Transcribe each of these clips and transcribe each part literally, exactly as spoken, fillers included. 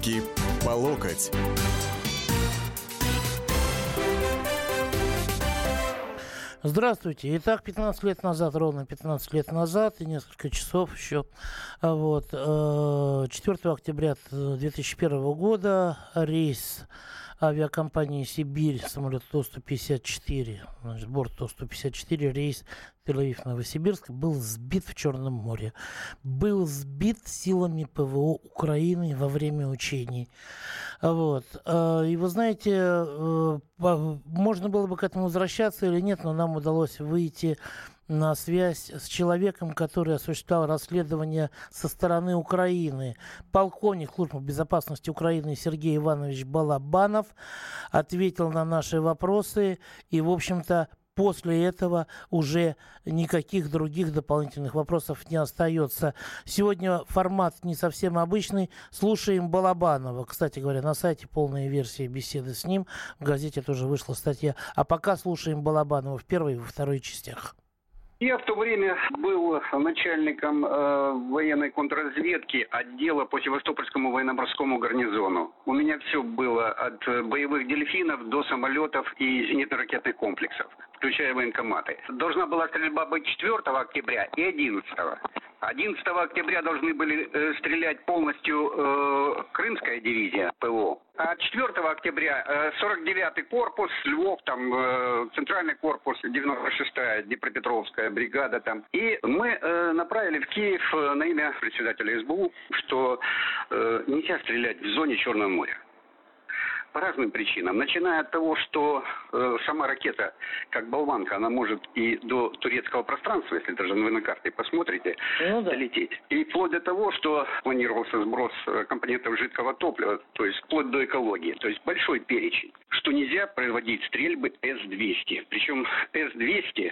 Руки по локоть. Здравствуйте. Итак, пятнадцать лет назад, ровно пятнадцать лет назад, и несколько часов еще, вот, четвёртого октября две тысячи первого года рейс авиакомпании «Сибирь», самолет Ту сто пятьдесят четыре, значит, борт Ту сто пятьдесят четыре, рейс Тель-Авив-Новосибирск, был сбит в Черном море. Был сбит силами ПВО Украины во время учений. Вот. И вы знаете, можно было бы к этому возвращаться или нет, но нам удалось выйти на связь с человеком, который осуществлял расследование со стороны Украины. Полковник службы безопасности Украины Сергей Иванович Балабанов ответил на наши вопросы, и, в общем-то, после этого уже никаких других дополнительных вопросов не остается. Сегодня формат не совсем обычный. Слушаем Балабанова. Кстати говоря, на сайте полная версия беседы с ним. В газете тоже вышла статья. А пока слушаем Балабанова в первой и во второй частях. Я в то время был начальником э, военной контрразведки отдела по Севастопольскому военно-морскому гарнизону. У меня все было от боевых дельфинов до самолетов и зенитно-ракетных комплексов, включая военкоматы. Должна была стрельба быть четвёртого октября и одиннадцатого. одиннадцатого октября должны были э, стрелять полностью э, Крымская дивизия ПВО. А четвёртого октября э, сорок девятый корпус, Львов, там э, центральный корпус, девяносто шестая Днепропетровская бригада там. И мы э, направили в Киев э, на имя председателя СБУ, что э, нельзя стрелять в зоне Черного моря. По разным причинам. Начиная от того, что э, сама ракета, как болванка, она может и до турецкого пространства, если даже вы на карте посмотрите, ну, да. долететь. И вплоть до того, что планировался сброс компонентов жидкого топлива, то есть вплоть до экологии. То есть большой перечень. Что нельзя проводить стрельбы эс двести. Причем эс двести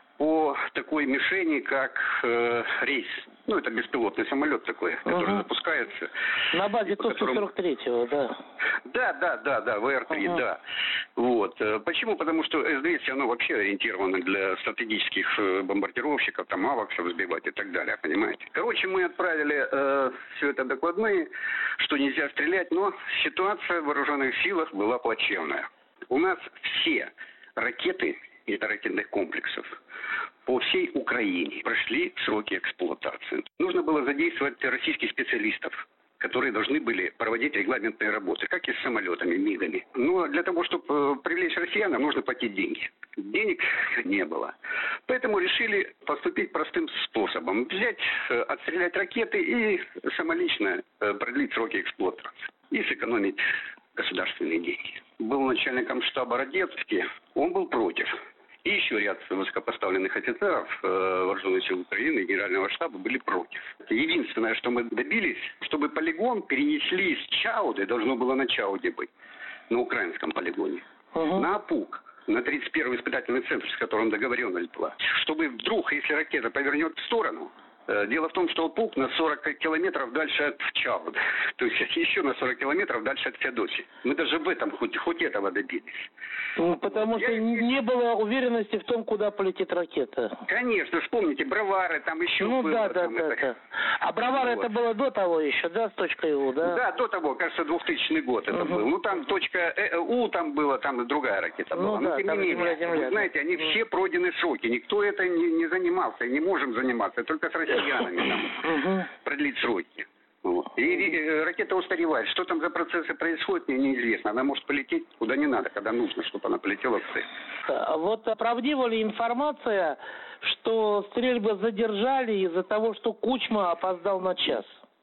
по такой мишени, как э, рейс. Ну, это беспилотный самолет такой, который uh-huh. запускается. На базе Ту сто сорок третьего, да. Да, да, да, да, вэ эр три, uh-huh. да. Вот. Почему? Потому что эс двести, оно вообще ориентировано для стратегических бомбардировщиков, там, аваксов сбивать и так далее, понимаете? Короче, мы отправили э, все это докладные, что нельзя стрелять, но ситуация в вооруженных силах была плачевная. У нас все ракеты и ракетных комплексов по всей Украине прошли сроки эксплуатации. Нужно было задействовать российских специалистов, которые должны были проводить регламентные работы, как и с самолетами, МИГами. Но для того, чтобы привлечь россиян, нам нужно платить деньги. Денег не было. Поэтому решили поступить простым способом. Взять, отстрелять ракеты и самолично продлить сроки эксплуатации. И сэкономить государственные деньги. Был начальником штаба Радецкий, он был против. И еще ряд высокопоставленных офицеров э, Вооруженных сил Украины и Генерального штаба были против. Единственное, что мы добились, чтобы полигон перенесли с Чауды, должно было на Чауде быть, на украинском полигоне, uh-huh. на Апук, на тридцать первый испытательный центр, с которым договоренность была. Чтобы вдруг, если ракета повернет в сторону, э, дело в том, что Апук на сорок километров дальше от Чауды, то есть еще на сорок километров дальше от Феодосии. Мы даже в этом хоть, хоть этого добились. Ну, потому что Я... не было уверенности в том, куда полетит ракета. Конечно, вспомните, Бровары там еще ну, было. Ну да, да, там, да, это... да. А Бровары вот. Это было до того еще, да, с точкой У, да? Да, до того, кажется, двухтысячный год это угу. был. Ну там точка У там была, там другая ракета была. Ну, Но да, тем не менее, земля, земля, вы знаете, они угу. все пройдены сроки. Никто это не, не занимался, и не можем заниматься, только с россиянами там угу. продлить сроки. Вот. И, и ракета устаревает. Что там за процессы происходят, мне неизвестно. Она может полететь куда не надо, когда нужно, чтобы она полетела в цель. А вот правдива ли информация, что стрельбы задержали из-за того, что Кучма опоздал на час?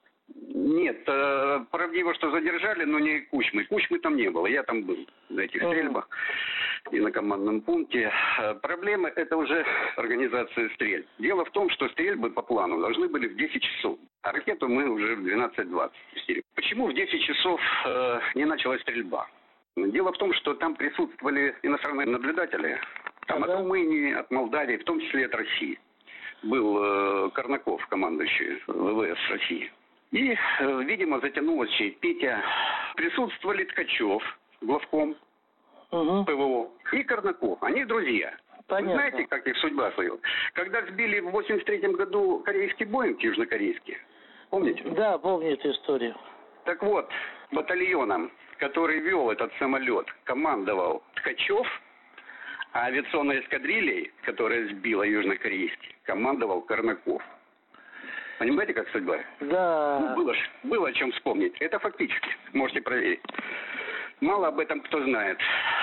Нет, э, правдиво, что задержали, но не Кучмы. Кучмы там не было, я там был на этих стрельбах и на командном пункте. Проблема – это уже организация стрельб. Дело в том, что стрельбы по плану должны были в десять часов, а ракету мы уже в двенадцать двадцать пустили. Почему в десять часов э, не началась стрельба? Дело в том, что там присутствовали иностранные наблюдатели, там ага. от Румынии, от Молдавии, в том числе от России. Был э, Корнаков, командующий ВВС России. И, видимо, затянулось чаепитие. Присутствовали Ткачев, главком угу. ПВО, и Корнаков. Они друзья. Понятно. Вы знаете, как их судьба сложилась? Когда сбили в восемьдесят третьем году корейский Боинг, южнокорейский, помните? Да, помню эту историю. Так вот, батальоном, который вел этот самолет, командовал Ткачев, а авиационной эскадрильей, которая сбила южнокорейский, командовал Корнаков. Понимаете, как судьба? Да. Ну, было, было о чем вспомнить. Это фактически. Можете проверить. Мало об этом кто знает.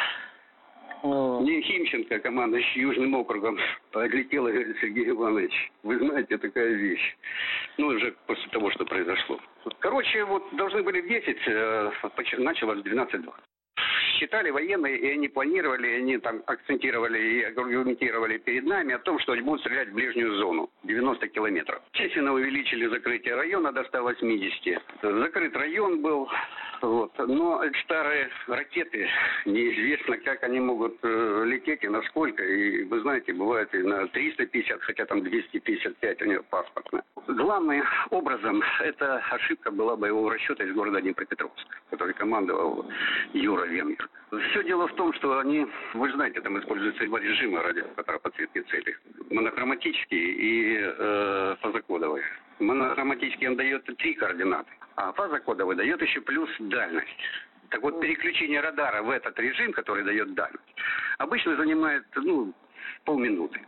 О. Мне Химченко, командующий Южным округом, подлетел и говорит: Сергей Иванович, вы знаете, такая вещь. Ну, уже после того, что произошло. Короче, вот должны были в десять, э, началось в двенадцать два. Считали военные, и они планировали, и они там акцентировали и аргументировали перед нами о том, что они будут стрелять в ближнюю зону, девяносто километров. Естественно, увеличили закрытие района до ста восьмидесяти. Закрыт район был, вот. Но старые ракеты, неизвестно, как они могут э, лететь и насколько. И вы знаете, бывает и на триста пятьдесят, хотя там двести пятьдесят пять у них паспортно. Главным образом, эта ошибка была боевого расчета из города Днепропетровск, который командовал Юра Венгер. Все дело в том, что они, вы знаете, там используются два режима радиоподсветки цели. Монохроматический и э, фазокодовый. Монохроматический он дает три координаты, а фазокодовый дает еще плюс дальность. Так вот, переключение радара в этот режим, который дает дальность, обычно занимает, ну, полминуты.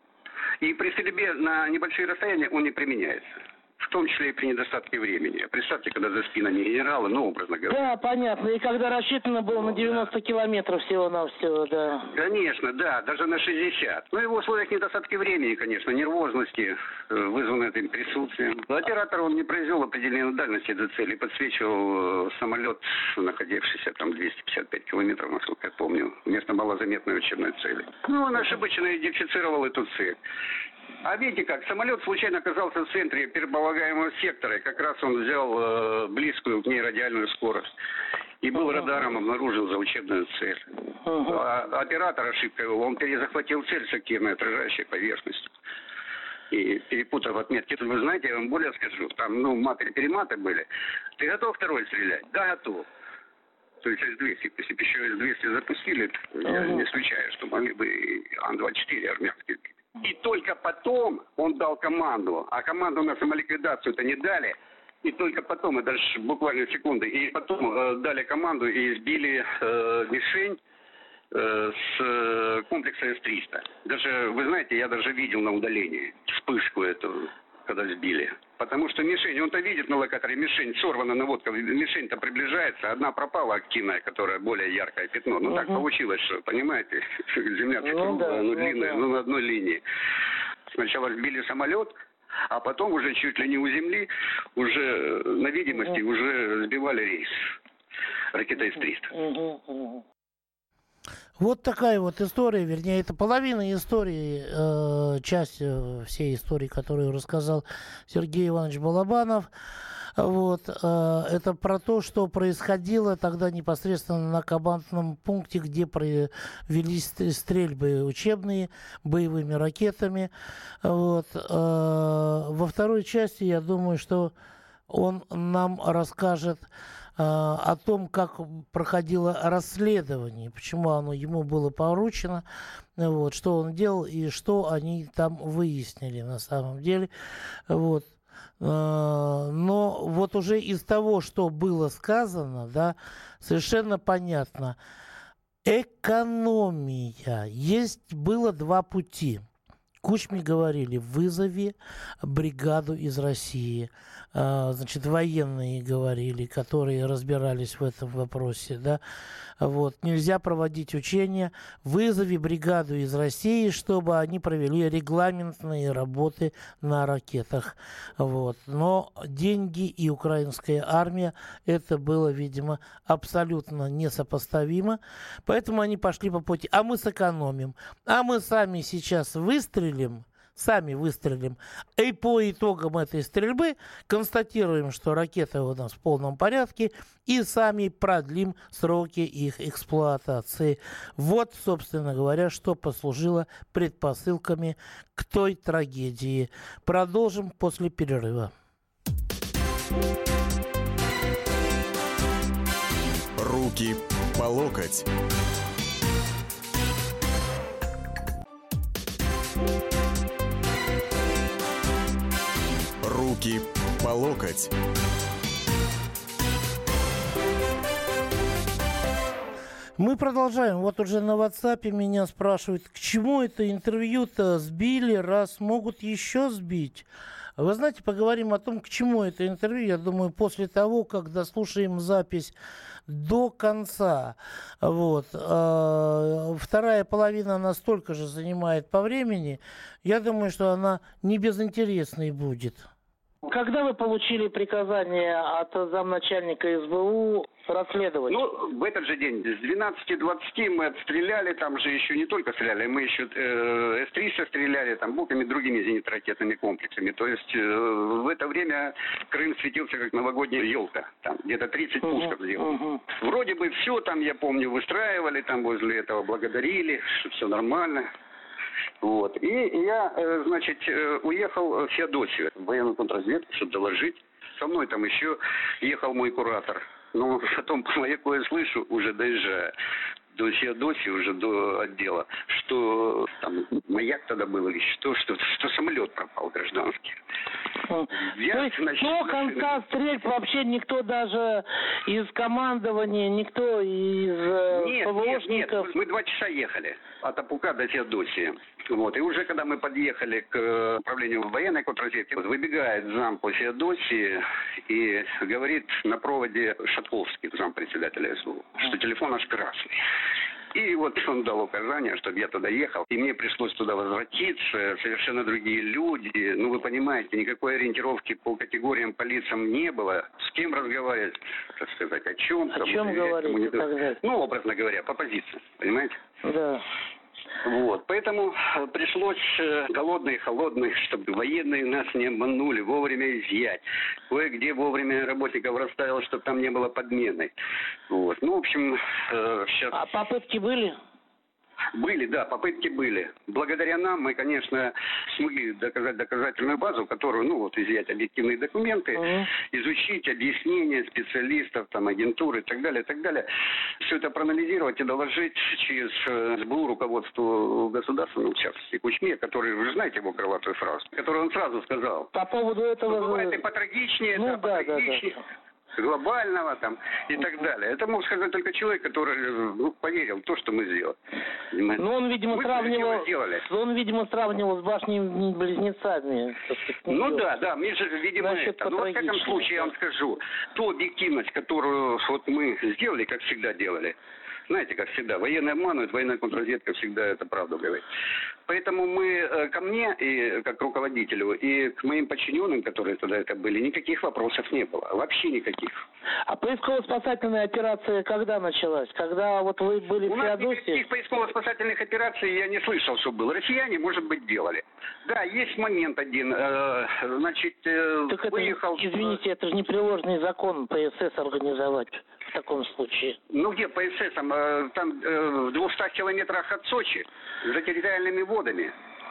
И при стрельбе на небольшие расстояния он не применяется. В том числе и при недостатке времени. Представьте, когда за спинами генерала, ну, образно говоря. Да, понятно. И когда рассчитано было на девяносто километров всего-навсего, да. Конечно, да, даже на шестьдесят. Ну, и в условиях недостатка времени, конечно, нервозности, вызванной этим присутствием. Оператор, он не произвел определенной дальности до цели, подсвечивал самолет, находившийся там двести пятьдесят пять километров, насколько я помню, вместо малозаметной учебной цели. Ну, он ошибочно идентифицировал эту цель. А видите как, самолет случайно оказался в центре предполагаемого сектора, и как раз он взял э, близкую к ней радиальную скорость. И был радаром обнаружен за учебную цель. А оператор, ошибка его, он перезахватил цель с активной отражающей поверхностью. И перепутав отметки, вы знаете, я вам более скажу, там, ну, маты-перематы были. Ты готов второй стрелять? Да, готов. То есть эс двести, если бы еще эс двести запустили, я не исключаю, что могли бы и Ан двадцать четыре армянские. И только потом он дал команду, а команду на самоликвидацию-то не дали. И только потом, это же буквально секунды, и потом э, дали команду и сбили э, мишень э, с э, комплекса эс триста. Даже, вы знаете, я даже видел на удалении вспышку эту, когда сбили. Потому что мишень, он-то видит на локаторе, мишень сорвана наводка, мишень-то приближается, одна пропала активная, которая более яркое пятно. Ну, uh-huh. так получилось, что, понимаете, земля-то ну, да, ну, ну, длинная, да. ну, на одной линии. Сначала сбили самолет, а потом уже чуть ли не у земли, уже на видимости, uh-huh. уже сбивали рейс. Ракета эс триста. Uh-huh. Uh-huh. Вот такая вот история, вернее, это половина истории, э, часть э, всей истории, которую рассказал Сергей Иванович Балабанов. Вот, э, это про то, что происходило тогда непосредственно на командном пункте, где провелись стрельбы учебные, боевыми ракетами. Вот. Э, во второй части, я думаю, что он нам расскажет о том, как проходило расследование, почему оно ему было поручено, вот, что он делал и что они там выяснили на самом деле. Вот. Но вот уже из того, что было сказано, да, совершенно понятно. Экономия. Есть, было два пути. Кучме говорили: вызови бригаду из России. Значит, военные говорили, которые разбирались в этом вопросе, да, вот, нельзя проводить учения, вызови бригаду из России, чтобы они провели регламентные работы на ракетах, вот, но деньги и украинская армия, это было, видимо, абсолютно несопоставимо, поэтому они пошли по пути, а мы сэкономим, а мы сами сейчас выстрелим, Сами выстрелим. И по итогам этой стрельбы констатируем, что ракеты у нас в полном порядке, и сами продлим сроки их эксплуатации. Вот, собственно говоря, что послужило предпосылками к той трагедии. Продолжим после перерыва. Руки по локоть. Руки по локоть. Мы продолжаем. Вот уже на WhatsApp меня спрашивают, к чему это интервью-то сбили, раз могут еще сбить. Вы знаете, поговорим о том, к чему это интервью, я думаю, после того, как дослушаем запись до конца. Вот. Вторая половина настолько же занимает по времени. Я думаю, что она не безинтересной будет. Когда вы получили приказание от замначальника эс бэ у расследовать? Ну, в этот же день, с двенадцати двадцати мы отстреляли, там же еще не только стреляли, мы еще э, эс триста стреляли, там, буками, другими зенитно-ракетными комплексами. То есть э, в это время Крым светился как новогодняя елка. Там где-то тридцать uh-huh, пусков сделали. Uh-huh. Вроде бы все там, я помню, выстраивали, там возле этого благодарили, что все нормально. Вот. И я, значит, уехал в Феодосию, в военную контрразведку, чтобы доложить. Со мной там еще ехал мой куратор. Но потом по маяку я слышу, уже доезжая до Феодосии, уже до отдела, что там маяк тогда был или что, что, что самолет пропал гражданский. Я, То есть значит, до конца стрельб вообще никто даже из командования, никто из нет, ПВОшников... Нет, нет, мы два часа ехали от Апука до Феодосии. Вот. И уже когда мы подъехали к управлению военной контрразведки, выбегает зам по Феодосии и говорит на проводе Шатковский, зампредседателя эс бэ у, что телефон аж красный. И вот он дал указание, чтобы я туда ехал. И мне пришлось туда возвратиться. Совершенно другие люди. Ну, вы понимаете, никакой ориентировки по категориям, по лицам не было. С кем разговаривать, так сказать, о чем. О чем говорить? Не... Ну, образно говоря, по позиции. Понимаете? Да. Вот, поэтому пришлось голодные, холодные, чтобы военные нас не обманули, вовремя изъять. Кое-где вовремя работников расставил, чтобы там не было подмены. Вот, ну, в общем, сейчас... А попытки были? Были, да, попытки были. Благодаря нам мы, конечно, смогли доказать доказательную базу, которую, ну, вот, изъять объективные документы, uh-huh. изучить объяснения специалистов, там, агентуры и так далее, и так далее. Все это проанализировать и доложить через эс бэ у руководству государства, ну, в частности, Кучме, который, вы же знаете его крылатую фразу, которую он сразу сказал. По поводу этого... Ну, бывает и потрагичнее, ну, да, потрагичнее. Да, да. Глобального там и так далее. Это мог сказать только человек, который ну, поверил в то, что мы сделали. Понимаете? Ну, он, видимо, мы сравнивал, он, видимо, сравнивал с башнями-близнецами. Ну да, да, мы же, видимо, это. Но, во всяком случае, я вам скажу, ту объективность, которую вот мы сделали, как всегда делали, знаете, как всегда, военные обманывают, военная контрразведка всегда это правду говорит. Поэтому мы ко мне, и как руководителю, и к моим подчиненным, которые тогда это были, никаких вопросов не было. Вообще никаких. А поисково-спасательная операция когда началась? Когда вот вы были У в Феодосии? У нас никаких поисково-спасательных операций я не слышал, что было. Россияне, может быть, делали. Да, есть момент один. Э, значит, э, так выехал... это, извините, это же непреложный закон по эс эс организовать в таком случае. Ну где по эс эс? Там, э, там э, в двухстах километрах от Сочи, за территориальными водами.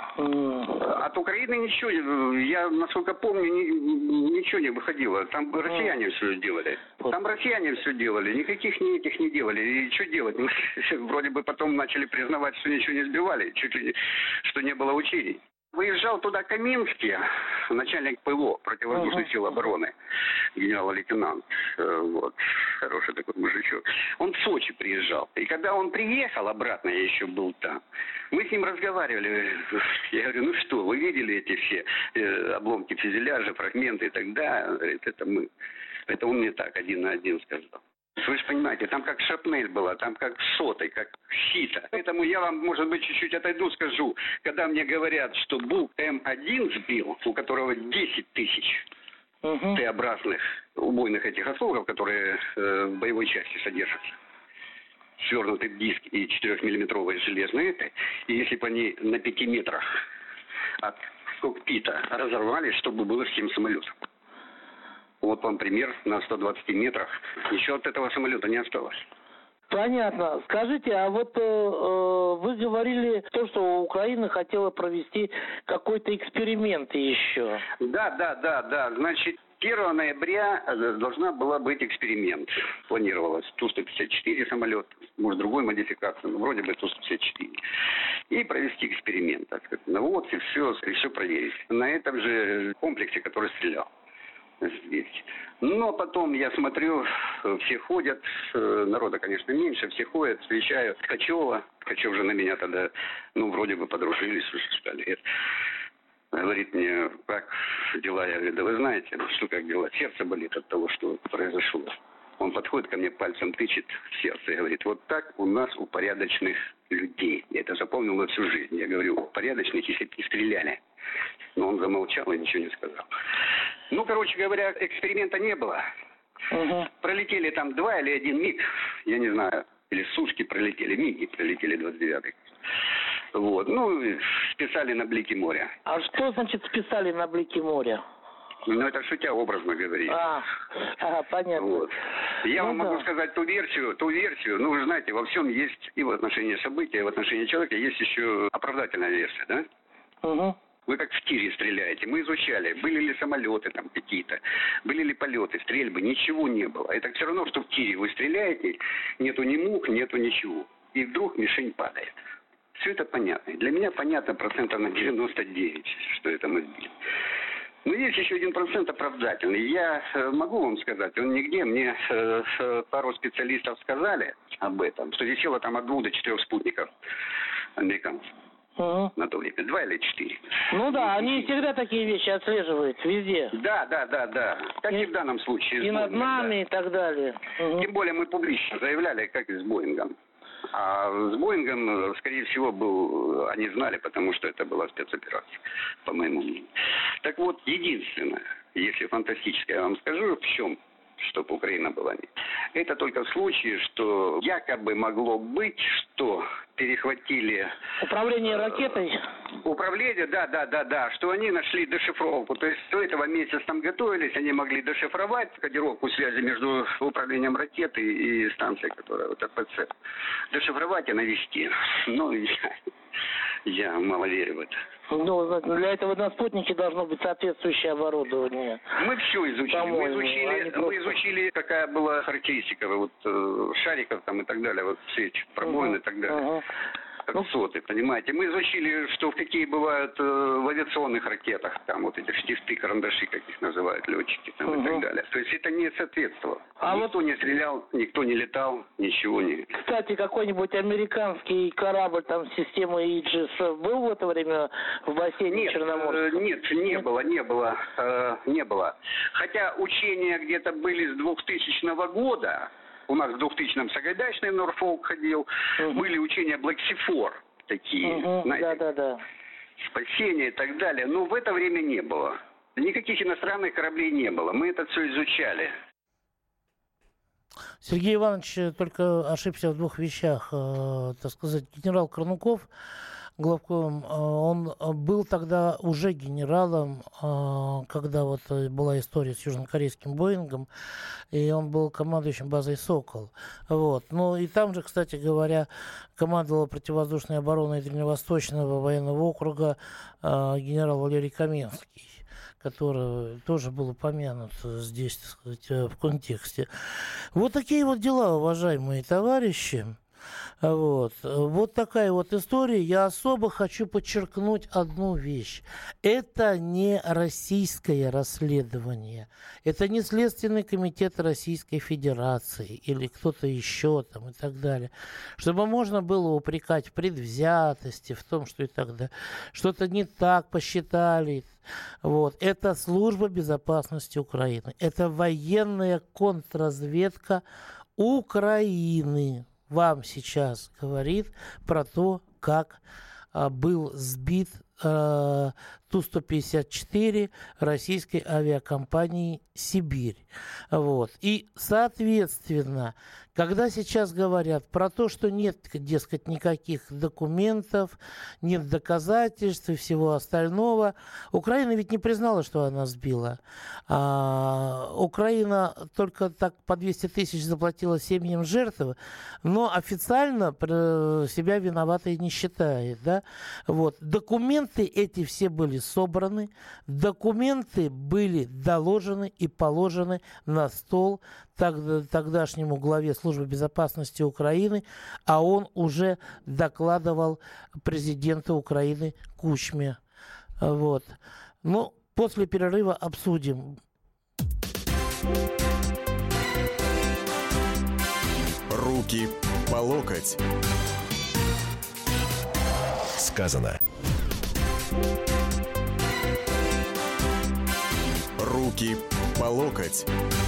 Mm. От Украины ничего, я, насколько помню, ни, ничего не выходило. Там mm. россияне все делали. Mm. Там россияне все делали, никаких ни этих не делали. И что делать? Вроде бы потом начали признавать, что ничего не сбивали, чуть ли не, что не было учений. Выезжал туда Каминский, начальник ПВО, противовоздушных uh-huh. сил обороны, генерал-лейтенант, вот, хороший такой мужичок. Он в Сочи приезжал. И когда он приехал обратно, я еще был там, мы с ним разговаривали. Я говорю, ну что, вы видели эти все э, обломки фюзеляжа, фрагменты и так далее? Он говорит, это мы. Это он мне так один на один сказал. Вы же понимаете, там как шрапнель была, там как сотой, как сито. Поэтому я вам, может быть, чуть-чуть отойду, скажу. Когда мне говорят, что БУК эм один сбил, у которого десять тысяч uh-huh. Т-образных убойных этих осколков, которые э, в боевой части содержатся, свернутый диск и четырехмиллиметровые железные этой, и если бы они на пяти метрах от кокпита разорвались, чтобы было с тем самолетом. Вот вам пример на ста двадцати метрах. Еще от этого самолета не осталось. Понятно. Скажите, а вот э, вы говорили то, что Украина хотела провести какой-то эксперимент еще. Да, да, да, да. Значит, первого ноября должна была быть эксперимент. Планировалось Ту сто пятьдесят четыре самолет, может, другой модификации, но вроде бы Ту сто пятьдесят четыре. И провести эксперимент, так сказать, наводцы, все, и все проверить. На этом же комплексе, который стрелял. здесь. Но потом я смотрю, все ходят, народа, конечно, меньше, все ходят, встречают Ткачева. Ткачев же на меня тогда, ну, вроде бы подружились уже стали лет. Говорит мне, как дела? Я говорю, да вы знаете, что как дела? Сердце болит от того, что произошло. Он подходит ко мне, пальцем тычет в сердце и говорит, вот так у нас у порядочных людей. Я это запомнил на всю жизнь. Я говорю, у порядочных, если бы не стреляли. Но он замолчал и ничего не сказал. Ну, короче говоря, эксперимента не было. Угу. Пролетели там два или один миг, я не знаю, или сушки пролетели, миги пролетели двадцать девятый. Вот, ну, списали на блики моря. А что значит списали на блики моря? Ну, это шутя образно говорить. А, ага, понятно. Вот. Я ну, вам да. могу сказать ту версию, ту версию, ну, вы знаете, во всем есть, и в отношении события, и в отношении человека, есть еще оправдательная версия, да? Угу. Вы как в тире стреляете. Мы изучали, были ли самолеты там какие-то, были ли полеты, стрельбы, ничего не было. Это все равно, что в тире вы стреляете, нету ни мух, нету ничего. И вдруг мишень падает. Все это понятно. И для меня понятно процентов на девяносто девять, что это мы сбили. Но есть еще один процент оправдательный. Я э, могу вам сказать, он нигде, мне э, э, пару специалистов сказали об этом, что висело там от двух до четырех спутников американцев. Uh-huh. На то время. Два или четыре. Ну да, они всегда такие вещи отслеживают, везде. Да, да, да, да. Как и, и в данном случае. И над нами, да. И так далее. Uh-huh. Тем более мы публично заявляли, как и с Боингом. А с Боингом, скорее всего, был, они знали, потому что это была спецоперация, по моему мнению. Так вот, единственное, если фантастическое, я вам скажу, в чем, чтобы Украина была не. Это только в случае, что якобы могло быть, что перехватили... Управление ракетой? Э, управление, да, да, да, да, что они нашли дешифровку. То есть до этого месяц там готовились, они могли дешифровать кодировку связи между управлением ракеты и станцией, которая вот РПЦ. Дешифровать и навести. Ну, я, я мало верю в это. Ну, для этого на спутнике должно быть соответствующее оборудование. Мы все изучили. Мы изучили, просто... мы изучили, какая была характеристика вот, э, шариков там и так далее, вот все эти пробоины uh-huh. и так далее. Uh-huh. Как ну, соты, понимаете. Мы изучили, что какие бывают э, в авиационных ракетах, там вот эти штифты, карандаши, как их называют летчики, там uh-huh. и так далее. То есть это не соответствовало. А никто вот... не стрелял, никто не летал, ничего не... Кстати, какой-нибудь американский корабль там системы Иджис был в это время в бассейне нет, Черноморском? Э, нет, не нет? было, не было, э, не было. Хотя учения где-то были с двухтысячного года. У нас в двухтысячном Сагайдачный в Норфолк ходил. Uh-huh. Были учения Black Sea four такие, uh-huh. знаете, да, да, да. спасение и так далее. Но в это время не было. Никаких иностранных кораблей не было. Мы это все изучали. Сергей Иванович только ошибся в двух вещах. Э, так сказать, генерал Корнуков, главком, он был тогда уже генералом, когда вот была история с южнокорейским Боингом, и он был командующим базой «Сокол». Вот. Ну и там же, кстати говоря, командовал противовоздушной обороной Дальневосточного военного округа генерал Валерий Каменский, который тоже был упомянут здесь, так сказать, в контексте. Вот такие вот дела, уважаемые товарищи. Вот. Вот такая вот история. Я особо хочу подчеркнуть одну вещь. Это не российское расследование. Это не Следственный комитет Российской Федерации или кто-то еще там и так далее. Чтобы можно было упрекать в предвзятости, в том, что и так далее. Что-то не так посчитали. Вот. Это служба безопасности Украины. Это военная контрразведка Украины. Вам сейчас говорит про то, как а, был сбит а, Ту сто пятьдесят четыре российской авиакомпании «Сибирь». Вот. И, соответственно, когда сейчас говорят про то, что нет, дескать, никаких документов, нет доказательств и всего остального, Украина ведь не признала, что она сбила. А, Украина только так по двести тысяч заплатила семьям жертв, но официально себя виноватой не считает. Да? Вот. Документы эти все были собраны, документы были доложены и положены на стол тогдашнему главе службы безопасности Украины, а он уже докладывал президенту Украины Кучме. Вот. Ну, после перерыва обсудим. Руки по локоть. Сказано. Руки по локоть.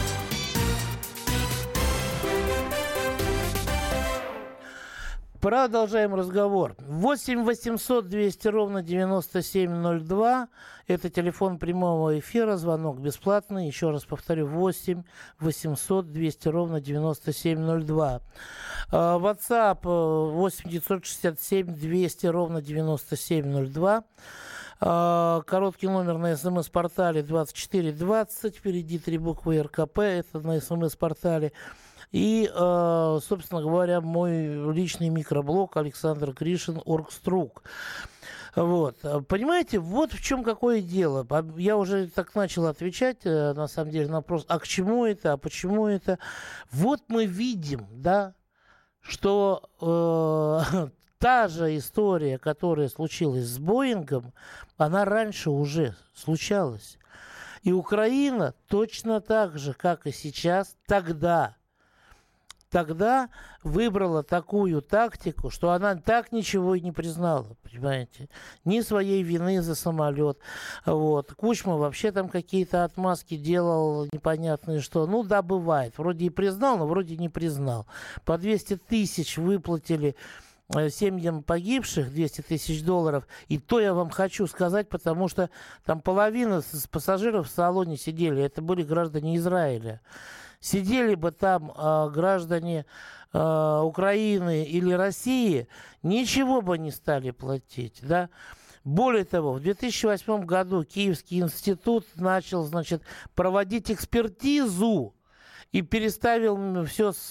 Продолжаем разговор. восемь восемьсот двести ровно девяносто семь ноль два. Это телефон прямого эфира. Звонок бесплатный. Еще раз повторю. восемь восемьсот двести ровно девяносто семь ноль два. WhatsApp восемь девятьсот шестьдесят семь двести ровно девяносто семь ноль два. Короткий номер на смс-портале двадцать четыре двадцать. Впереди три буквы эр ка пэ. Это на смс-портале. И, собственно говоря, мой личный микроблог Александр Кришин, Оргструк. Вот. Понимаете, вот в чем какое дело. Я уже так начал отвечать, на самом деле, на вопрос, а к чему это, а почему это. Вот мы видим, да, что э, та же история, которая случилась с Боингом, она раньше уже случалась. И Украина точно так же, как и сейчас, тогда... Тогда выбрала такую тактику, что она так ничего и не признала, понимаете, ни своей вины за самолет. Вот. Кучма вообще там какие-то отмазки делал непонятные, что, ну да, бывает, вроде и признал, но вроде не признал. По двести тысяч выплатили семьям погибших, двести тысяч долларов, и то я вам хочу сказать, потому что там половина пассажиров в салоне сидели, это были граждане Израиля. Сидели бы там э, граждане э, Украины или России, ничего бы не стали платить, да. Более того, в две тысячи восьмом году Киевский институт начал, значит, проводить экспертизу и переставил все с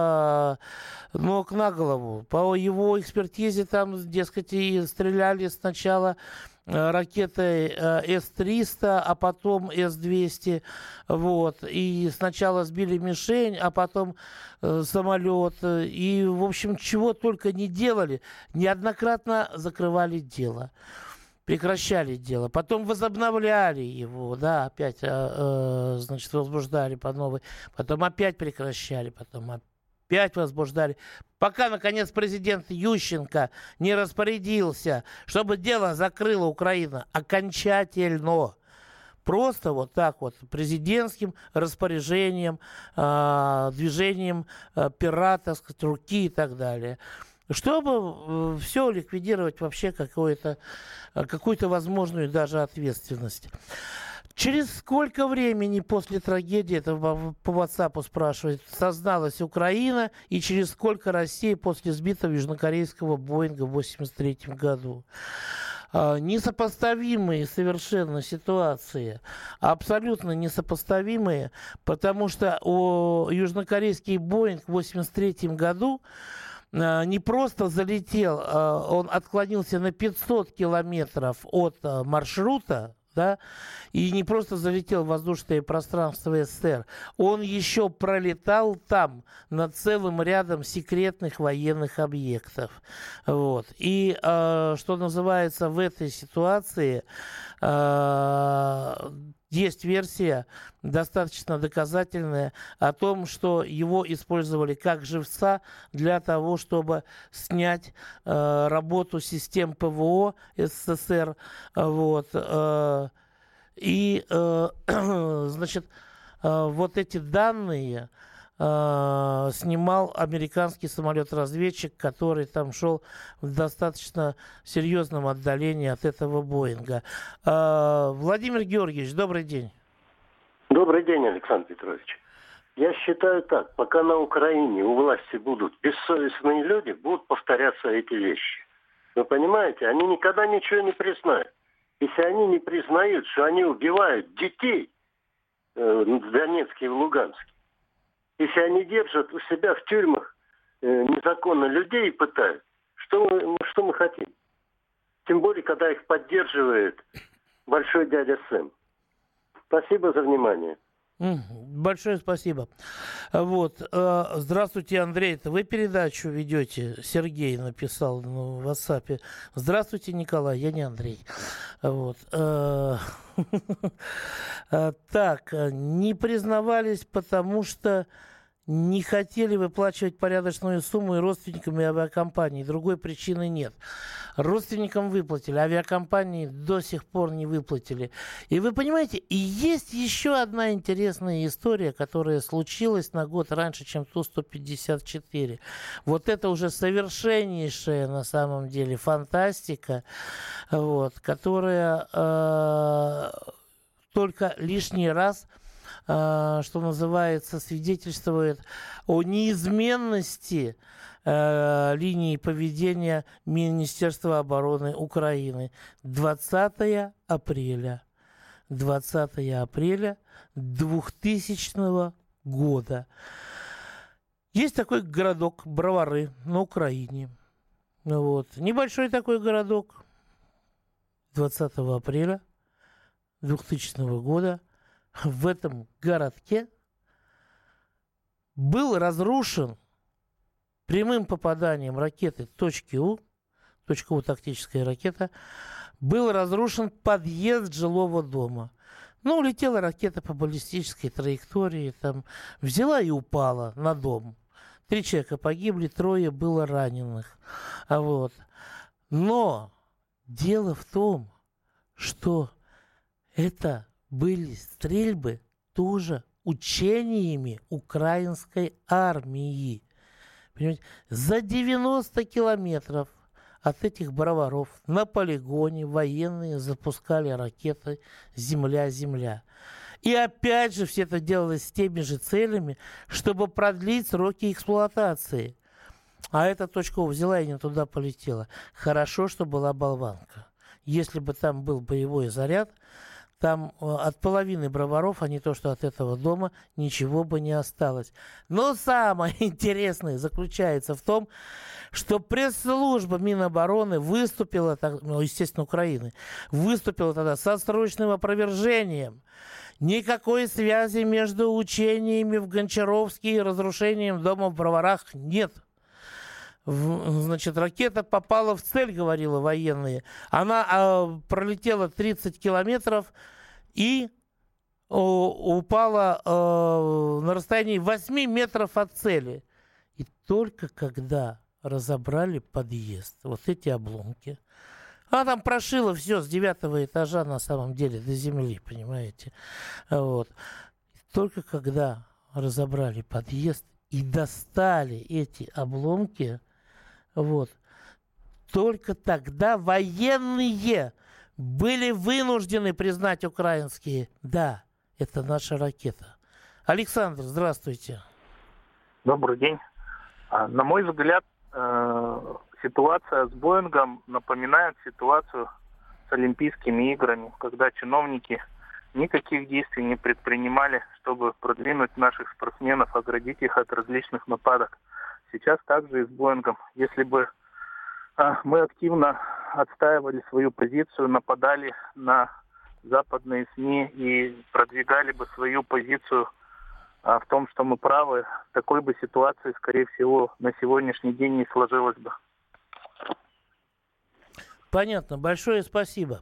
э, ног на голову. По его экспертизе там, дескать, и стреляли сначала ракетой эс триста, а потом эс двести, вот, и сначала сбили мишень, а потом э, самолет, и, в общем, чего только не делали, неоднократно закрывали дело, прекращали дело, потом возобновляли его, да, опять, э, э, значит, возбуждали по новой, потом опять прекращали, потом опять Пять возбуждали, пока, наконец, президент Ющенко не распорядился, чтобы дело закрыла Украина окончательно. Просто вот так вот, президентским распоряжением, э, движением э, пера, так сказать, руки и так далее. Чтобы э, все ликвидировать вообще какую-то, э, какую-то возможную даже ответственность. Через сколько времени после трагедии, это по WhatsApp спрашивает, созналась Украина, и через сколько Россия после сбитого южнокорейского Боинга в восемьдесят третьем году? А, несопоставимые совершенно ситуации, абсолютно несопоставимые, потому что у южнокорейский Боинг в восемьдесят третьем году не просто залетел, он отклонился на пятьсот километров от маршрута, да, и не просто залетел в воздушное пространство эс эс эс эр, он еще пролетал там над целым рядом секретных военных объектов. Вот. И, э, что называется, в этой ситуации э, есть версия, достаточно доказательная, о том, что его использовали как живца для того, чтобы снять э, работу систем пэ вэ о эс эс эс эр. Вот, э, и, э, значит, э, вот эти данные э, снимал американский самолет-разведчик, который там шел в достаточно серьезном отдалении от этого Боинга. Э, Владимир Георгиевич, добрый день. Добрый день, Александр Петрович. Я считаю так, пока на Украине у власти будут бессовестные люди, будут повторяться эти вещи. Вы понимаете, они никогда ничего не признают. Если они не признают, что они убивают детей э, в Донецке и в Луганске, если они держат у себя в тюрьмах э, незаконно людей и пытают, что мы, что мы хотим? Тем более, когда их поддерживает большой дядя Сэм. Спасибо за внимание. Большое спасибо. Вот. Здравствуйте, Андрей. Это вы передачу ведете? Сергей написал в WhatsApp. Здравствуйте, Николай. Я не Андрей. Вот. Так, не признавались, потому что не хотели выплачивать порядочную сумму и родственникам, и авиакомпании. Другой причины нет. Родственникам выплатили, авиакомпании до сих пор не выплатили. И вы понимаете, и есть еще одна интересная история, которая случилась на год раньше, чем Ту сто пятьдесят четыре. Вот это уже совершеннейшая на самом деле фантастика, вот, которая э, только лишний раз, что называется, свидетельствует о неизменности э, линии поведения Министерства обороны Украины. двадцатого апреля двухтысячного года. Есть такой городок Бровары на Украине. Вот. Небольшой такой городок. двадцатого апреля двухтысячного года в этом городке был разрушен прямым попаданием ракеты точки У, точка У тактическая ракета, был разрушен подъезд жилого дома. Ну, улетела ракета по баллистической траектории, там, взяла и упала на дом. Три человека погибли, трое было раненых. А вот. Но дело в том, что это были стрельбы тоже учениями украинской армии. Понимаете? За девяносто километров от этих броваров на полигоне военные запускали ракеты «Земля-Земля». И опять же все это делалось с теми же целями, чтобы продлить сроки эксплуатации. А эта точка взяла и не туда полетела. Хорошо, что была болванка. Если бы там был боевой заряд, там от половины броваров, а не то, что от этого дома, ничего бы не осталось. Но самое интересное заключается в том, что пресс-служба Минобороны выступила, ну, естественно, Украины, выступила тогда со срочным опровержением. Никакой связи между учениями в Гончаровске и разрушением дома в Броварах нет. Значит, ракета попала в цель, говорила военные. Она а, пролетела тридцать километров и о, упала а, на расстоянии восемь метров от цели. И только когда разобрали подъезд, вот эти обломки, она там прошила все с девятого этажа на самом деле до земли, понимаете. Вот. Только когда разобрали подъезд и достали эти обломки, вот, только тогда военные были вынуждены признать украинские. Да, это наша ракета. Александр, здравствуйте. Добрый день. На мой взгляд, ситуация с Боингом напоминает ситуацию с Олимпийскими играми, когда чиновники никаких действий не предпринимали, чтобы продвинуть наших спортсменов, оградить их от различных нападок. Сейчас также и с Боингом. Если бы а, мы активно отстаивали свою позицию, нападали на западные СМИ и продвигали бы свою позицию а, в том, что мы правы, такой бы ситуации, скорее всего, на сегодняшний день не сложилось бы. Понятно. Большое спасибо.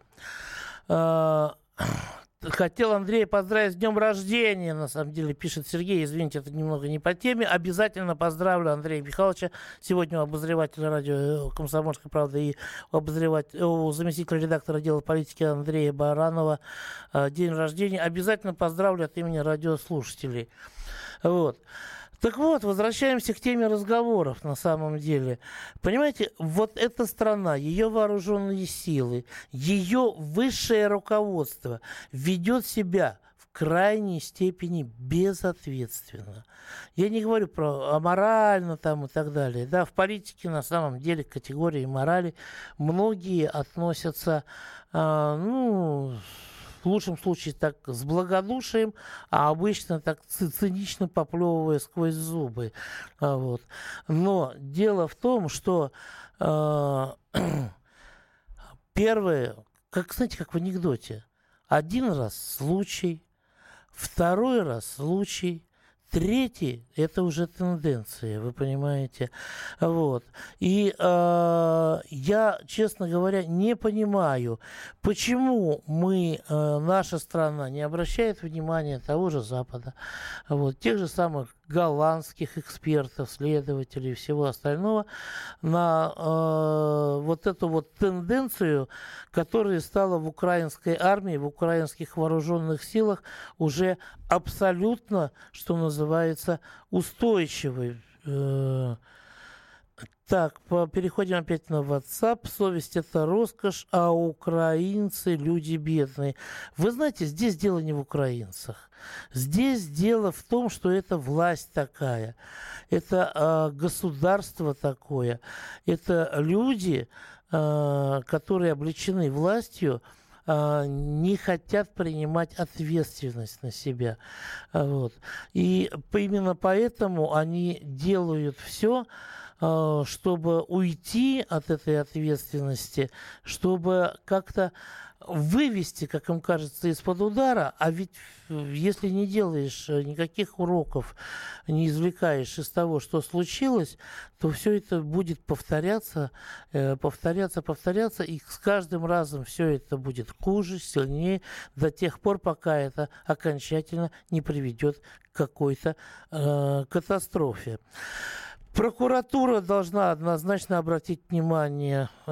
Хотел Андрея поздравить с днем рождения, на самом деле, пишет Сергей. Извините, это немного не по теме. Обязательно поздравлю Андрея Михайловича, сегодня обозревателя радио «Комсомольская правда» и обозреватель, заместителя редактора отдела политики Андрея Баранова. День рождения. Обязательно поздравлю от имени радиослушателей. Вот. Так вот, возвращаемся к теме разговоров на самом деле. Понимаете, вот эта страна, ее вооруженные силы, ее высшее руководство ведет себя в крайней степени безответственно. Я не говорю про аморально там и так далее. Да, в политике на самом деле к категории морали многие относятся, а, ну... в лучшем случае так с благодушием, а обычно так цинично поплевывая сквозь зубы. Вот. Но дело в том, что э, первое, как, знаете, как в анекдоте, один раз случай, Второй раз случай. Третий – это уже тенденция, вы понимаете. Вот. И э, я, честно говоря, не понимаю, почему мы, э, наша страна не обращает внимания того же Запада, вот, тех же самых голландских экспертов, следователей и всего остального на э, вот эту вот тенденцию, которая стала в украинской армии, в украинских вооруженных силах уже абсолютно, что называется, устойчивой. Э, Так, по, переходим опять на WhatsApp. Совесть – это роскошь, а украинцы – люди бедные. Вы знаете, здесь дело не в украинцах. Здесь дело в том, что это власть такая, это э, государство такое, это люди, э, которые облечены властью, э, не хотят принимать ответственность на себя. Вот. И именно поэтому они делают все, чтобы уйти от этой ответственности, чтобы как-то вывести, как им кажется, из-под удара. А ведь если не делаешь никаких уроков, не извлекаешь из того, что случилось, то все это будет повторяться, повторяться, повторяться, и с каждым разом все это будет хуже, сильнее, до тех пор, пока это окончательно не приведет к какой-то э, катастрофе. Прокуратура должна однозначно обратить внимание, э,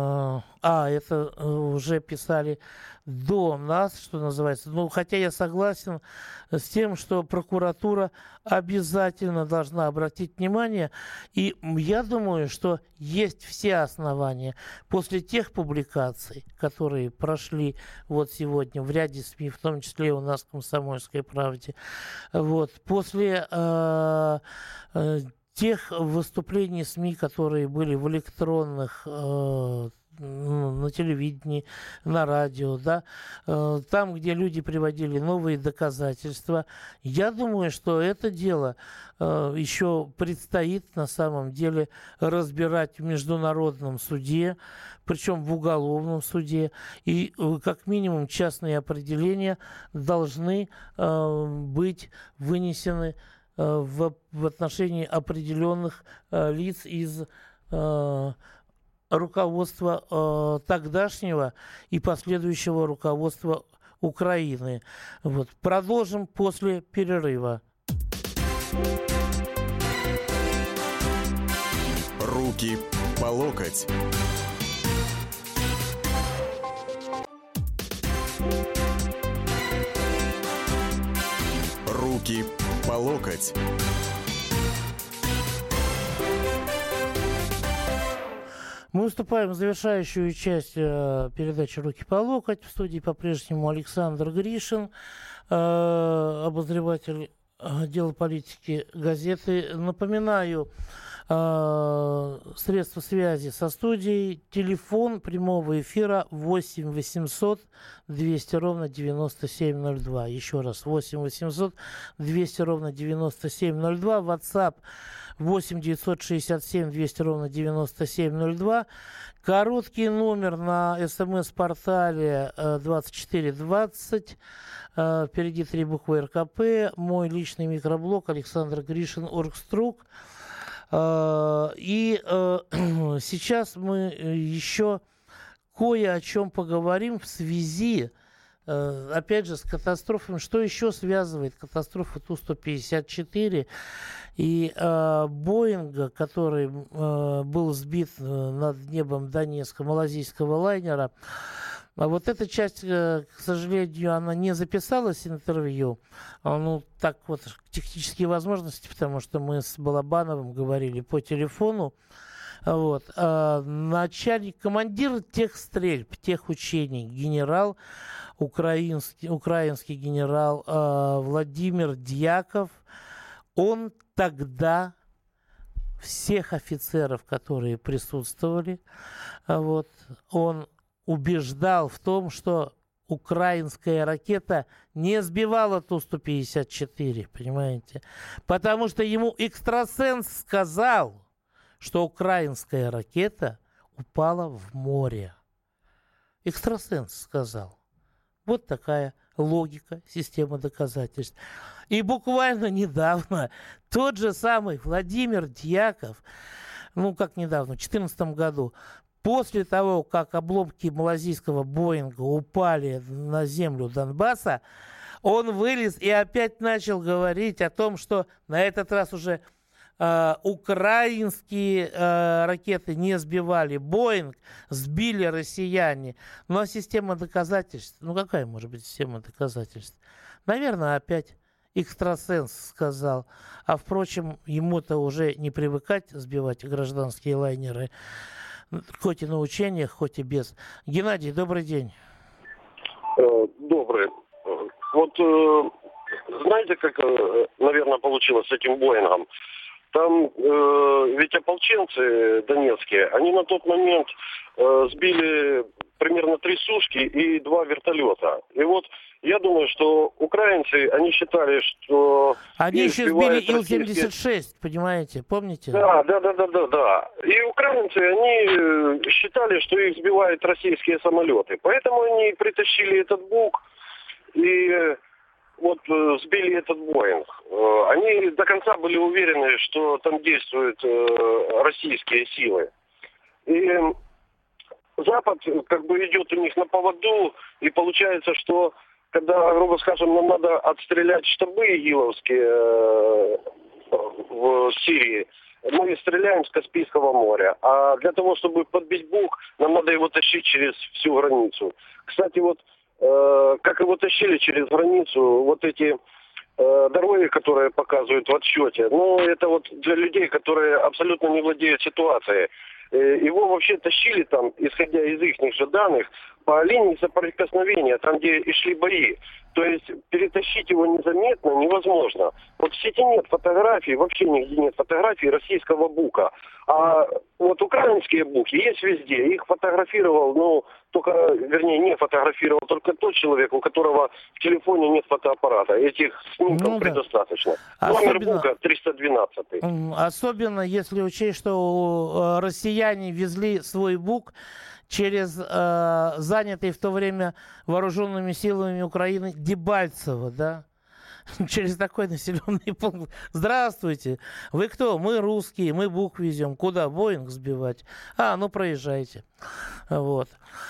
а, это уже писали до нас, что называется, ну, хотя я согласен с тем, что прокуратура обязательно должна обратить внимание, и я думаю, что есть все основания после тех публикаций, которые прошли вот сегодня в ряде СМИ, в том числе у нас в «Комсомольской правде», вот, после э, э, тех выступлений СМИ, которые были в электронных, э, на телевидении, на радио, да, э, там, где люди приводили новые доказательства, я думаю, что это дело э, еще предстоит на самом деле разбирать в международном суде, причем в уголовном суде, и э, как минимум частные определения должны э, быть вынесены В, в отношении определенных э, лиц из э, руководства э, тогдашнего и последующего руководства Украины. Вот. Продолжим после перерыва. Руки по локоть. Руки по локоть. Мы выступаем в завершающую часть э, передачи «Руки по локоть». В студии по-прежнему Александр Гришин, э, обозреватель отдела политики газеты. Напоминаю, э, средства связи со студией. Телефон прямого эфира восемь восемьсот двести ровно девяносто семь ноль два. Еще раз, восемь восемьсот двести ровно девяносто семь ноль два. WhatsApp восемь девятьсот шестьдесят семь двести ровно девяносто семь ноль два. Короткий номер на смс-портале двадцать четыре двадцать. Впереди три буквы РКП. Мой личный микроблог Александр Гришин, Оргструк. И сейчас мы еще кое о чем поговорим в связи, опять же, с катастрофами. Что еще связывает катастрофу Ту сто пятьдесят четыре и э, Боинга, который э, был сбит над небом Донецка, малазийского лайнера. А вот эта часть, э, к сожалению, она не записалась, интервью. А, ну, так вот, технические возможности, потому что мы с Балабановым говорили по телефону. Вот. А, начальник, командир тех стрельб, тех учений, генерал, украинский, украинский генерал э, Владимир Дьяков, он тогда всех офицеров, которые присутствовали, вот, он убеждал в том, что украинская ракета не сбивала Ту сто пятьдесят четыре, понимаете? Потому что ему экстрасенс сказал, что украинская ракета упала в море. Экстрасенс сказал. Вот такая логика системы доказательств. И буквально недавно тот же самый Владимир Дьяков, ну как недавно, в две тысячи четырнадцатом году, после того, как обломки малазийского Боинга упали на землю Донбасса, он вылез и опять начал говорить о том, что на этот раз уже э, украинские э, ракеты не сбивали Боинг, сбили россияне. Ну а система доказательств, ну какая может быть система доказательств? Наверное, опять экстрасенс сказал. А впрочем, ему-то уже не привыкать сбивать гражданские лайнеры, хоть и на учениях, хоть и без. Геннадий, добрый день. Добрый. Вот знаете, как, наверное, получилось с этим Боингом? Там э, ведь ополченцы донецкие, они на тот момент э, сбили примерно три сушки и два вертолета. И вот я думаю, что украинцы, они считали, что... Они еще сбили Ил семьдесят шесть, понимаете, помните? Да, да, да, да, да, да. И украинцы, они считали, что их сбивают российские самолеты. Поэтому они притащили этот бук и... вот сбили этот Боинг. Они до конца были уверены, что там действуют российские силы. И Запад как бы идет у них на поводу, и получается, что когда, грубо скажем, нам надо отстрелять штабы игиловские в Сирии, мы стреляем с Каспийского моря. А для того, чтобы подбить бук, нам надо его тащить через всю границу. Кстати, вот как его тащили через границу, вот эти э, дороги, которые показывают в отсчете, ну, это вот для людей, которые абсолютно не владеют ситуацией. Э, его вообще тащили там, исходя из их же данных, по линии соприкосновения, там, где и шли бои. То есть перетащить его незаметно невозможно. Вот в сети нет фотографий, вообще нигде нет фотографий российского бука. А вот украинские буки есть везде. Их фотографировал, ну, только, вернее, не фотографировал только тот человек, у которого в телефоне нет фотоаппарата. Этих снимков ну, да. предостаточно. Особенно, Номер бука триста двенадцать. Особенно если учесть, что россияне везли свой бук через э, занятый в то время вооруженными силами Украины Дебальцево, да? Через такой населенный пункт. Здравствуйте. Вы кто? Мы русские, мы бук везем. Куда? Боинг сбивать? А, ну проезжайте. Вот.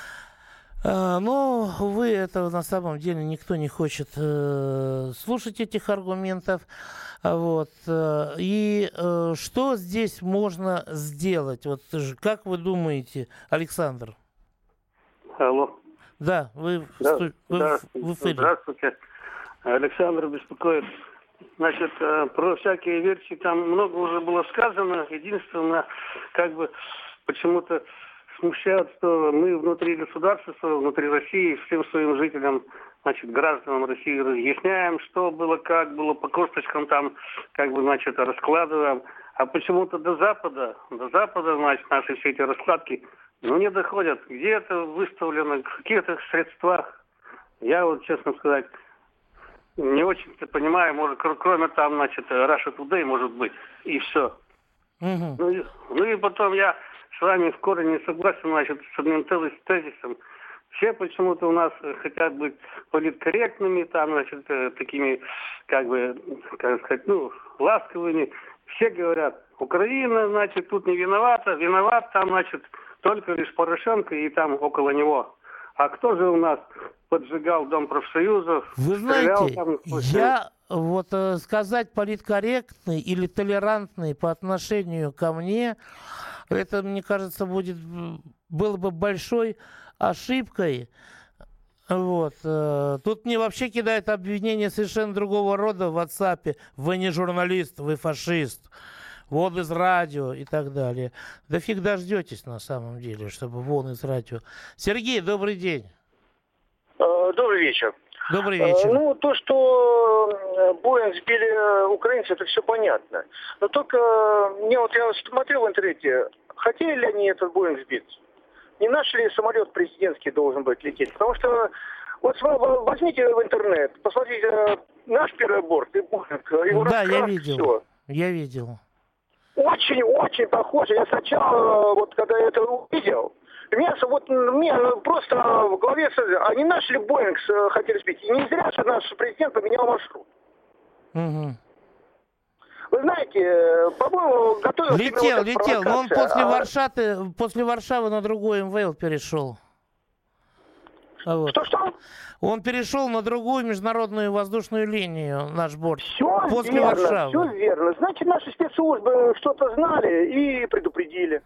А, но, увы, этого на самом деле никто не хочет э, слушать этих аргументов. Вот. И э, что здесь можно сделать? Вот как вы думаете, Александр? Алло. Да, вы, да, в, вы да. в эфире. Здравствуйте. Александр беспокоит. Значит, про всякие версии там много уже было сказано. Единственное, как бы почему-то смущает, что мы внутри государства, внутри России, всем своим жителям, значит, гражданам России разъясняем, что было, как было, по косточкам там, как бы, значит, раскладываем. А почему-то до Запада, до Запада, значит, наши все эти раскладки, ну, не доходят. Где это выставлено, в каких-то средствах. Я вот, честно сказать, не очень-то понимаю, может, кроме там, значит, Russia Today, может быть, и все. Угу. Ну, и, ну и потом я с вами в корне не согласен, значит, с одним тезисом. Все почему-то у нас хотят быть политкорректными, там, значит, такими, как бы, как сказать, ну, ласковыми. Все говорят, Украина, значит, тут не виновата, виноват там, значит, только лишь Порошенко и там около него. А кто же у нас поджигал Дом профсоюзов? Вы знаете, там... я вот э, сказать политкорректный или толерантный по отношению ко мне, это, мне кажется, будет, было бы большой ошибкой. Вот. Э, тут мне вообще кидают обвинения совершенно другого рода в WhatsApp. Вы не журналист, вы фашист. Вот из радио и так далее. Да фиг дождетесь на самом деле, чтобы вон из радио. Сергей, добрый день. Добрый вечер. Добрый вечер. Ну, то, что Боинг сбили украинцы, это все понятно. Но только, мне вот я смотрел в интернете, хотели ли они этот Боинг сбить? Не наш ли самолет президентский должен быть лететь? Потому что, вот возьмите в интернет, посмотрите, наш первый борт и Боинг, его да, раскрас, я видел. Все. Я видел. Очень-очень похоже. Я сначала, вот когда я это увидел, Меня, вот, мне просто в голове, а не наш ли Боинг хотели сбить? И не зря, что наш президент поменял маршрут. Угу. Вы знаете, по-моему, готовился... Летел, вот летел, но он после, а... Варшавы, после Варшавы на другой эм вэ эл перешел. Вот. Что-что? Он перешел на другую международную воздушную линию, наш борт. Все после верно, Варшавы. все верно. Значит, наши спецслужбы что-то знали и предупредили.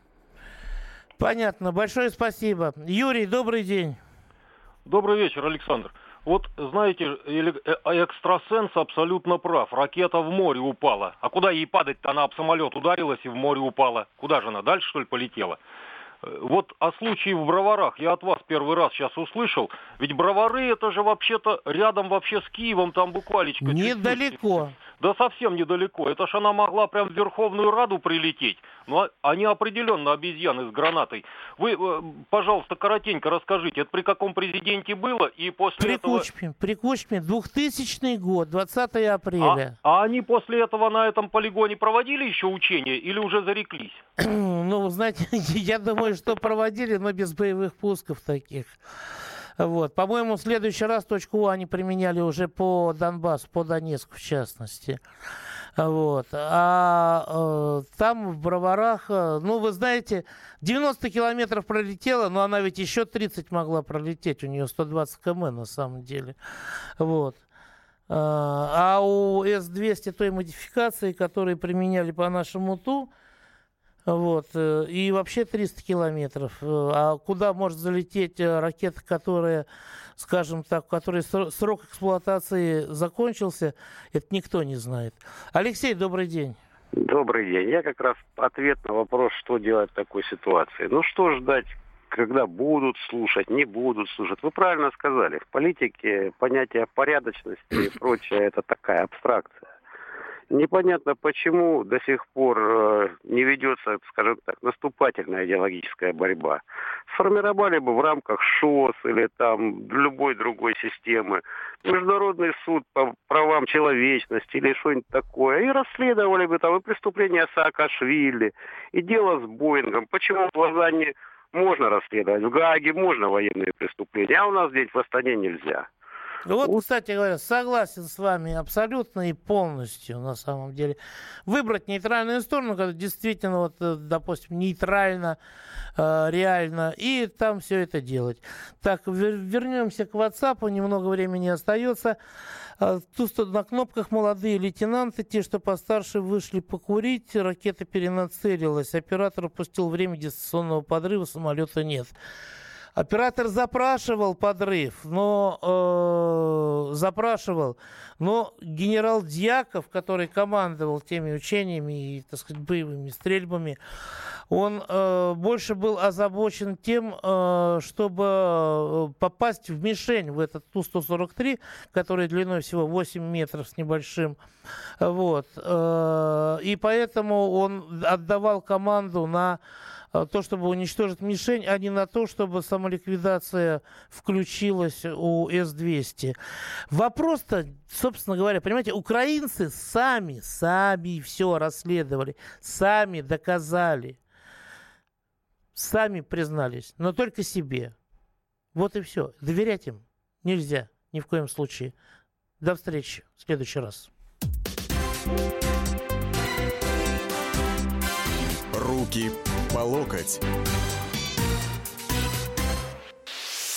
Понятно. Большое спасибо. Юрий, добрый день. Добрый вечер, Александр. Вот, знаете, экстрасенс абсолютно прав. Ракета в море упала. А куда ей падать-то? Она об самолет ударилась и в море упала. Куда же она? Дальше, что ли, полетела? Вот о случае в Броварах я от вас первый раз сейчас услышал. Ведь Бровары это же вообще-то рядом вообще с Киевом, там буквально... Недалеко. Да совсем недалеко. Это ж она могла прям в Верховную Раду прилететь. Но они определенно обезьяны с гранатой. Вы, пожалуйста, коротенько расскажите, это при каком президенте было и после при этого... Кучме, при Кучме, двухтысячный год, двадцатое апреля. А, а они после этого на этом полигоне проводили еще учения или уже зареклись? Ну, знаете, я думаю, что проводили, но без боевых пусков таких. Вот. По-моему, в следующий раз точку У они применяли уже по Донбассу, по Донецку в частности. Вот. А э, там в Броварах, э, ну, вы знаете, девяносто километров пролетела, но она ведь еще тридцать могла пролететь, у нее сто двадцать километров на самом деле. Вот. А у Эс двести той модификации, которые применяли по нашему ТУ, вот, и вообще триста километров. А куда может залететь ракета, которая, скажем так, у которой срок эксплуатации закончился, это никто не знает. Алексей, добрый день. Добрый день. Я как раз ответ на вопрос, что делать в такой ситуации. Ну что ждать, когда будут слушать, не будут слушать. Вы правильно сказали. В политике понятие порядочности и прочее – это такая абстракция. Непонятно, почему до сих пор э, не ведется, скажем так, наступательная идеологическая борьба. Сформировали бы в рамках ШОС или там любой другой системы Международный суд по правам человечности или что-нибудь такое, и расследовали бы там и преступления Саакашвили, и дело с Боингом. Почему в Лозанне можно расследовать, в Гааге можно военные преступления, а у нас здесь в Астане нельзя? Вот, кстати говоря, согласен с вами абсолютно и полностью, на самом деле. Выбрать нейтральную сторону, когда действительно, вот, допустим, нейтрально, э, реально, и там все это делать. Так, вернемся к WhatsApp, немного времени остается. Тут на кнопках молодые лейтенанты, те, что постарше, вышли покурить, ракета перенацелилась, оператор упустил время дистанционного подрыва, самолета нет. Оператор запрашивал подрыв, но э, запрашивал, но генерал Дьяков, который командовал теми учениями и, так сказать, боевыми стрельбами, он э, больше был озабочен тем, э, чтобы попасть в мишень, в этот Ту сто сорок три, который длиной всего восемь метров с небольшим. Вот. Э, и поэтому он отдавал команду на то, чтобы уничтожить мишень, а не на то, чтобы самоликвидация включилась у Эс двести. Вопрос-то, собственно говоря, понимаете, украинцы сами, сами все расследовали, сами доказали, сами признались, но только себе. Вот и все. Доверять им нельзя ни в коем случае. До встречи в следующий раз. Руки по локоть.